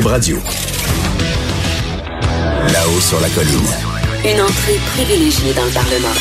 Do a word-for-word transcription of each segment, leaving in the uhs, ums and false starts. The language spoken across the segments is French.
Radio. Là-haut sur la colline. Une entrée privilégiée dans le Parlement.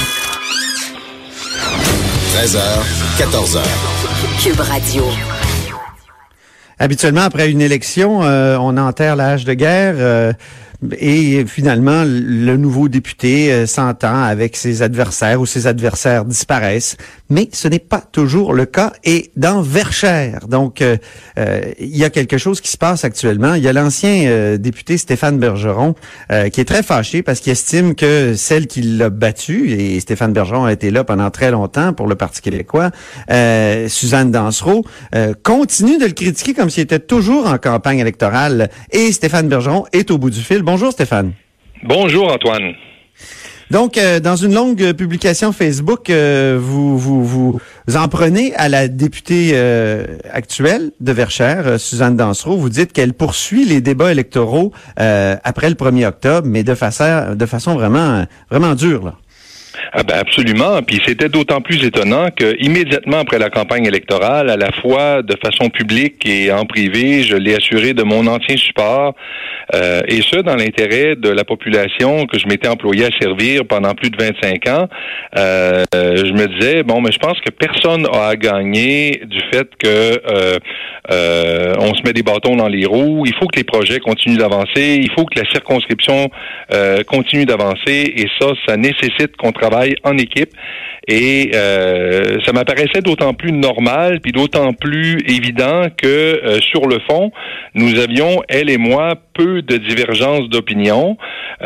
treize heures, quatorze heures. Cube Radio. Habituellement, après une élection, euh, on enterre la hache de guerre euh, et finalement, le nouveau député euh, s'entend avec ses adversaires ou ses adversaires disparaissent. Mais ce n'est pas toujours le cas. Et dans Verchères, donc, euh, euh, il y a quelque chose qui se passe actuellement. Il y a l'ancien euh, député Stéphane Bergeron euh, qui est très fâché parce qu'il estime que celle qui l'a battu, et Stéphane Bergeron a été là pendant très longtemps pour le Parti québécois, euh, Suzanne Dansereau, euh, continue de le critiquer comme s'il était toujours en campagne électorale. Et Stéphane Bergeron est au bout du fil. Bonjour Stéphane. Bonjour Antoine. Donc, euh, dans une longue publication Facebook, euh, vous, vous vous en prenez à la députée euh, actuelle de Verchères, euh, Suzanne Dansereau. Vous dites qu'elle poursuit les débats électoraux euh, après le premier octobre, mais de façon, de façon vraiment, vraiment dure, là. Ah ben absolument. Puis c'était d'autant plus étonnant que immédiatement après la campagne électorale, à la fois de façon publique et en privé, je l'ai assuré de mon entier support, euh, et ce dans l'intérêt de la population que je m'étais employé à servir pendant plus de vingt-cinq ans. Euh, je me disais bon, mais je pense que personne a à gagner du fait que euh, euh, on se met des bâtons dans les roues. Il faut que les projets continuent d'avancer. Il faut que la circonscription euh, continue d'avancer. Et ça, ça nécessite qu'on travaille en équipe, et euh, ça m'apparaissait d'autant plus normal puis d'autant plus évident que euh, sur le fond, nous avions, elle et moi, peu de divergences d'opinion,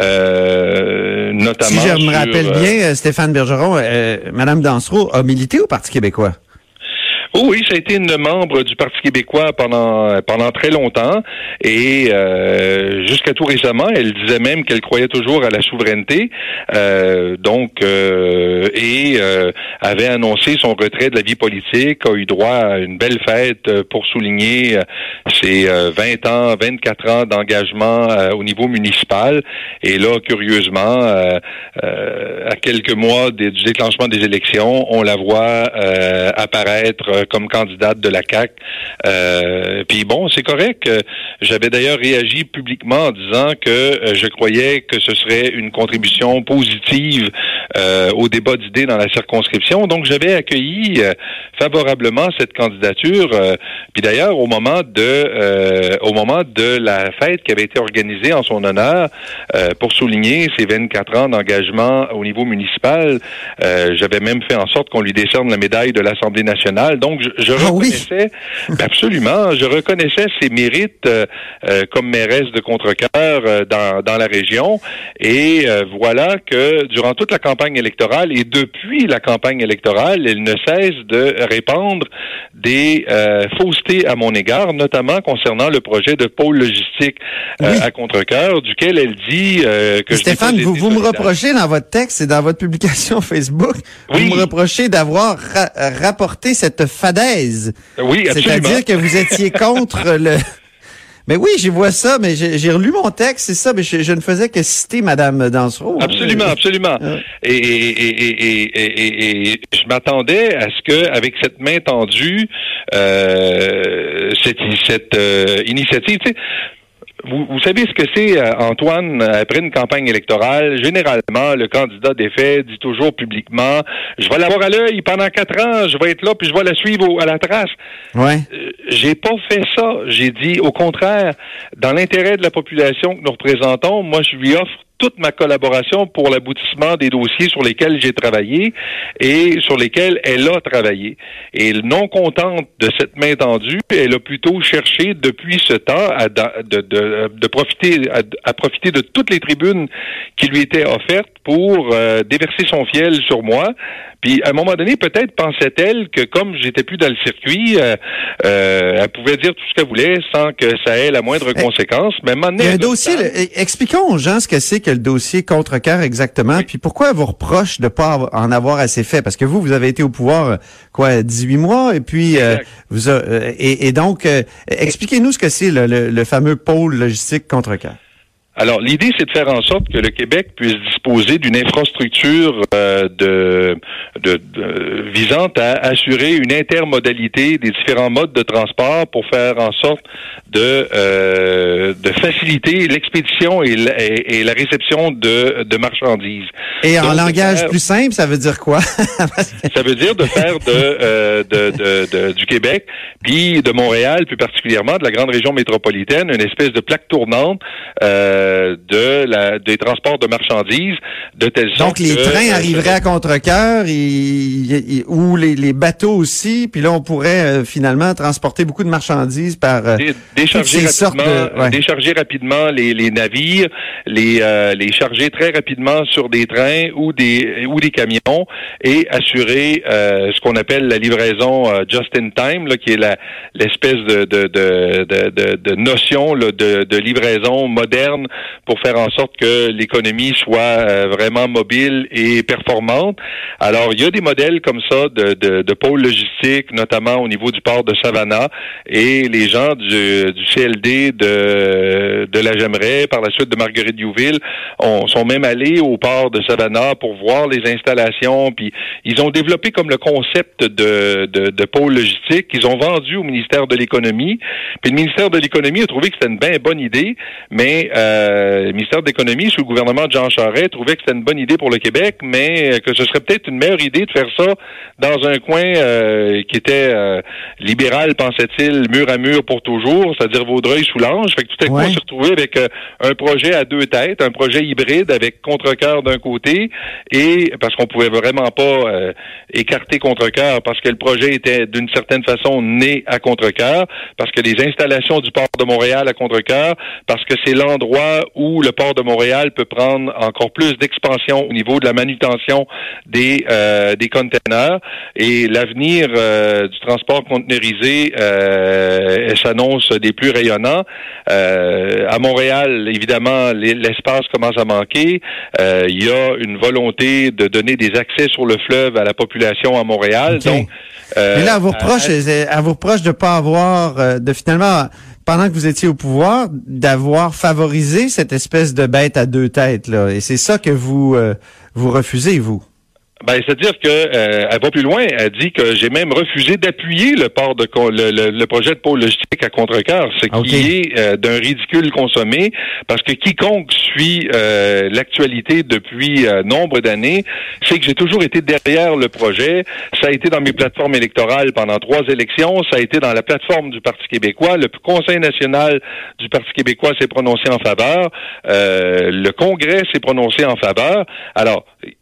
euh, notamment si je me sur, rappelle bien, Stéphane Bergeron, euh, Madame Dansereau a milité au Parti québécois. Oh oui, ça a été une membre du Parti québécois pendant pendant très longtemps, et euh, jusqu'à tout récemment, elle disait même qu'elle croyait toujours à la souveraineté, euh, donc euh, et euh, avait annoncé son retrait de la vie politique, a eu droit à une belle fête pour souligner ses vingt ans, vingt-quatre ans d'engagement euh, au niveau municipal, et là, curieusement, euh, euh, à quelques mois des, du déclenchement des élections, on la voit euh, apparaître comme candidate de la C A Q. Euh, puis bon, c'est correct. J'avais d'ailleurs réagi publiquement en disant que euh, je croyais que ce serait une contribution positive euh, au débat d'idées dans la circonscription. Donc, j'avais accueilli euh, favorablement cette candidature. Euh, puis d'ailleurs, au moment de euh, au moment de la fête qui avait été organisée en son honneur euh, pour souligner ses vingt-quatre ans d'engagement au niveau municipal, euh, j'avais même fait en sorte qu'on lui décerne la médaille de l'Assemblée nationale. Donc, je, je ah, reconnaissais, oui. absolument, je reconnaissais ses mérites euh, euh, comme mairesse de Contrecœur euh, dans, dans la région. Et euh, voilà que durant toute la campagne électorale et depuis la campagne électorale, elle ne cesse de répandre des euh, faussetés à mon égard, notamment concernant le projet de pôle logistique euh, oui. à Contrecœur, duquel elle dit euh, que Stéphane, je vous, vous me reprochez dans votre texte et dans votre publication Facebook, oui. vous me reprochez d'avoir ra- rapporté cette fadaise. Oui, absolument. C'est-à-dire que vous étiez contre le... Mais oui, j'y vois ça, mais j'ai, j'ai relu mon texte, c'est ça, mais je, je ne faisais que citer Madame Dansereau. Absolument, hein. absolument. Euh. Et, et, et, et, et, et je m'attendais à ce que, avec cette main tendue, euh, cette, cette euh, initiative, tu sais, Vous, vous savez ce que c'est, Antoine, après une campagne électorale, généralement, le candidat défait dit toujours publiquement « Je vais l'avoir à l'œil pendant quatre ans, je vais être là, puis je vais la suivre au, à la trace. » Ouais. Euh, j'ai pas fait ça. J'ai dit, au contraire, dans l'intérêt de la population que nous représentons, moi, je lui offre toute ma collaboration pour l'aboutissement des dossiers sur lesquels j'ai travaillé et sur lesquels elle a travaillé. Et non contente de cette main tendue, elle a plutôt cherché depuis ce temps à de, de, de profiter à, à profiter de toutes les tribunes qui lui étaient offertes pour euh, déverser son fiel sur moi. Puis, à un moment donné, peut-être pensait-elle que comme j'étais plus dans le circuit, euh, euh, elle pouvait dire tout ce qu'elle voulait sans que ça ait la moindre conséquence. Mais il y a un dossier, le, expliquons aux gens ce que c'est que le dossier Contrecœur exactement, oui. Puis pourquoi elle vous reproche de ne pas en avoir assez fait? Parce que vous, vous avez été au pouvoir, quoi, dix-huit mois, et puis, euh, vous a, euh, et, et donc, euh, expliquez-nous ce que c'est le, le, le fameux pôle logistique Contrecœur. Alors, l'idée, c'est de faire en sorte que le Québec puisse disposer d'une infrastructure euh, de, de, de visant à assurer une intermodalité des différents modes de transport pour faire en sorte de, euh, de faciliter l'expédition et la, et, et la réception de, de marchandises. Et en Donc, langage faire, plus simple, ça veut dire quoi? Ça veut dire de faire de, euh, de, de, de du Québec, puis de Montréal, plus particulièrement de la grande région métropolitaine, une espèce de plaque tournante euh, de la des transports de marchandises, de telle sorte Donc les que, trains euh, arriveraient à contre-cœur ou les, les bateaux aussi, puis là on pourrait euh, finalement transporter beaucoup de marchandises par euh, Dé- décharger toutes ces rapidement, sortes de, ouais. décharger rapidement les, les navires, les euh, les charger très rapidement sur des trains ou des ou des camions et assurer euh, ce qu'on appelle la livraison euh, just in time, là, qui est la l'espèce de de de de, de, de notion là, de, de livraison moderne pour faire en sorte que l'économie soit euh, vraiment mobile et performante. Alors il y a des modèles comme ça de de, de pôles logistiques, notamment au niveau du port de Savannah, et les gens du, du C L D de de la Jemeraie, par la suite de Marguerite-Youville, on, sont même allés au port de Savannah pour voir les installations, puis ils ont développé comme le concept de, de, de pôle logistique qu'ils ont vendu au ministère de l'Économie, puis le ministère de l'Économie a trouvé que c'était une bien bonne idée, mais euh, le ministère de l'Économie, sous le gouvernement de Jean Charest, trouvait que c'était une bonne idée pour le Québec, mais que ce serait peut-être une meilleure idée de faire ça dans un coin euh, qui était euh, libéral, pensait-il, mur à mur pour toujours, c'est-à-dire Vaudreuil-Soulanges. Fait que tout à coup, Ouais. on s'est retrouvé avec euh, un projet à deux têtes, un projet hybride avec Contrecœur d'un côté, et parce qu'on pouvait vraiment pas euh, écarter Contrecœur, parce que le projet était d'une certaine façon né à Contrecœur, parce que les installations du port de Montréal à Contrecœur, parce que c'est l'endroit où le port de Montréal peut prendre encore plus d'expansion au niveau de la manutention des euh, des containers, et l'avenir euh, du transport conteneurisé euh, s'annonce des plus rayonnants. Euh, à Montréal, évidemment, l'espace commence à manquer. Euh, il y a une volonté de donner des accès sur le fleuve à la population à Montréal. Okay. Donc, euh, mais là, à vos reproches, à, à vos reproches de pas avoir, euh, de finalement, pendant que vous étiez au pouvoir, d'avoir favorisé cette espèce de bête à deux têtes là, et c'est ça que vous euh, vous refusez, vous. Ben, c'est-à-dire que euh, elle va plus loin. Elle dit que j'ai même refusé d'appuyer le port de le, le, le projet de pôle logistique à Contrecœur, ce qui okay. est euh, d'un ridicule consommé, parce que quiconque suit euh, l'actualité depuis euh, nombre d'années sait que j'ai toujours été derrière le projet. Ça a été dans mes plateformes électorales pendant trois élections. Ça a été dans la plateforme du Parti québécois. Le Conseil national du Parti québécois s'est prononcé en faveur. Euh, le Congrès s'est prononcé en faveur. Alors,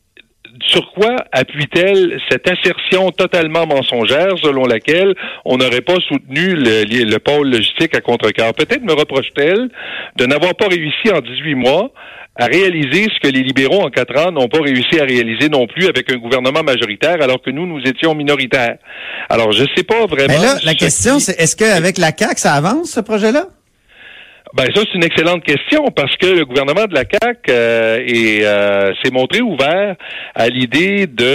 sur quoi appuie-t-elle cette assertion totalement mensongère selon laquelle on n'aurait pas soutenu le, le pôle logistique à Contrecœur? Peut-être me reproche-t-elle de n'avoir pas réussi en dix-huit mois à réaliser ce que les libéraux en quatre ans n'ont pas réussi à réaliser non plus avec un gouvernement majoritaire, alors que nous, nous étions minoritaires. Alors, je sais pas vraiment... Mais là, la question, qui... c'est est-ce qu'avec la C A Q, ça avance, ce projet-là? Ben ça, c'est une excellente question, parce que le gouvernement de la C A Q euh, est, euh, s'est montré ouvert à l'idée de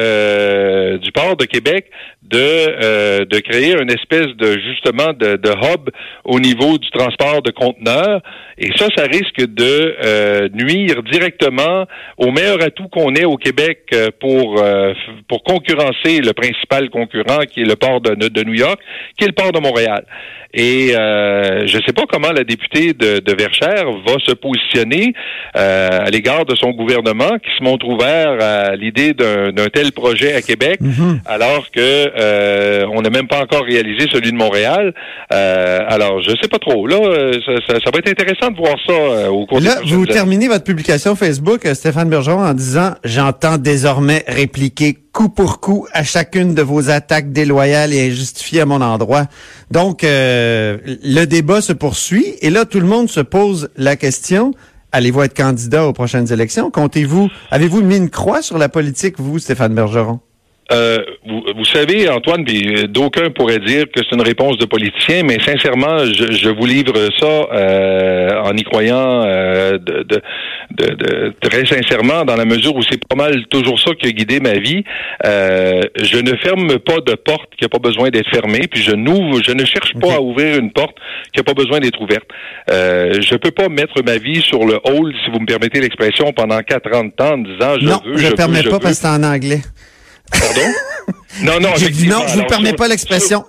euh, du port de Québec de euh, de créer une espèce de justement de, de hub au niveau du transport de conteneurs, et ça, ça risque de euh, nuire directement au meilleur atout qu'on ait au Québec pour euh, pour concurrencer le principal concurrent qui est le port de, de New York, qui est le port de Montréal. Et euh, je ne sais pas comment la députée de, de Verchères va se positionner euh, à l'égard de son gouvernement qui se montre ouvert à l'idée d'un, d'un tel projet à Québec, mm-hmm. alors que euh, on n'a même pas encore réalisé celui de Montréal. Euh, alors, je sais pas trop. Là, ça, ça, ça va être intéressant de voir ça euh, au cours des Là, vous terminez votre publication Facebook, Stéphane Bergeron, en disant « J'entends désormais répliquer coup pour coup à chacune de vos attaques déloyales et injustifiées à mon endroit. » Donc, euh, le débat se poursuit et là, tout le monde se pose la question, allez-vous être candidat aux prochaines élections? Comptez-vous, avez-vous mis une croix sur la politique, vous, Stéphane Bergeron? Euh, vous, vous savez, Antoine, puis d'aucuns pourraient dire que c'est une réponse de politicien, mais sincèrement, je, je vous livre ça euh, en y croyant euh, de, de, de, de, très sincèrement, dans la mesure où c'est pas mal toujours ça qui a guidé ma vie. Euh, je ne ferme pas de porte qui n'a pas besoin d'être fermée, puis je n'ouvre, je ne cherche pas okay. à ouvrir une porte qui n'a pas besoin d'être ouverte. Euh, je peux pas mettre ma vie sur le hold, si vous me permettez l'expression, pendant quatre ans de temps en disant je non, veux, je je ne permets veux, pas je parce que c'est en anglais. Pardon? Non, non, J'ai dit non, je ne vous Alors, permets sur, pas l'expression. Sur, non.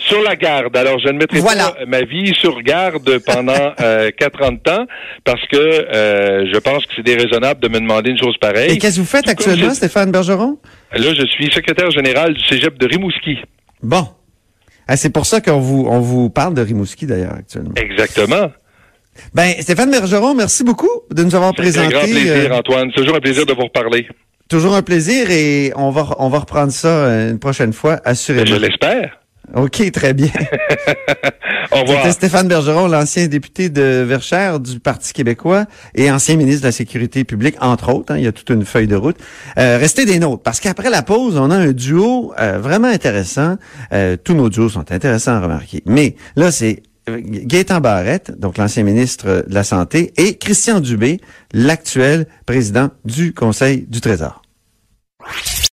Sur la garde. Alors, je ne mettrai voilà. pas ma vie sur garde pendant euh, quatre ans de temps parce que euh, je pense que c'est déraisonnable de me demander une chose pareille. Et qu'est-ce que vous faites Tout actuellement, Stéphane Bergeron? Là, je suis secrétaire général du Cégep de Rimouski. Bon. Ah, c'est pour ça qu'on vous, on vous parle de Rimouski, d'ailleurs, actuellement. Exactement. Ben, Stéphane Bergeron, merci beaucoup de nous avoir C'est présenté. un grand plaisir, euh, Antoine. C'est toujours un plaisir de vous reparler. Toujours un plaisir et on va, on va reprendre ça euh, une prochaine fois, assurément. Je l'espère. OK, très bien. Au revoir. C'était Stéphane Bergeron, l'ancien député de Verchères du Parti québécois et ancien ministre de la Sécurité publique, entre autres. Hein, il y a toute une feuille de route. Euh, restez des nôtres, parce qu'après la pause, on a un duo euh, vraiment intéressant. Euh, tous nos duos sont intéressants à remarquer. Mais là, c'est Gaétan Barrette, donc l'ancien ministre de la Santé, et Christian Dubé, l'actuel président du Conseil du Trésor.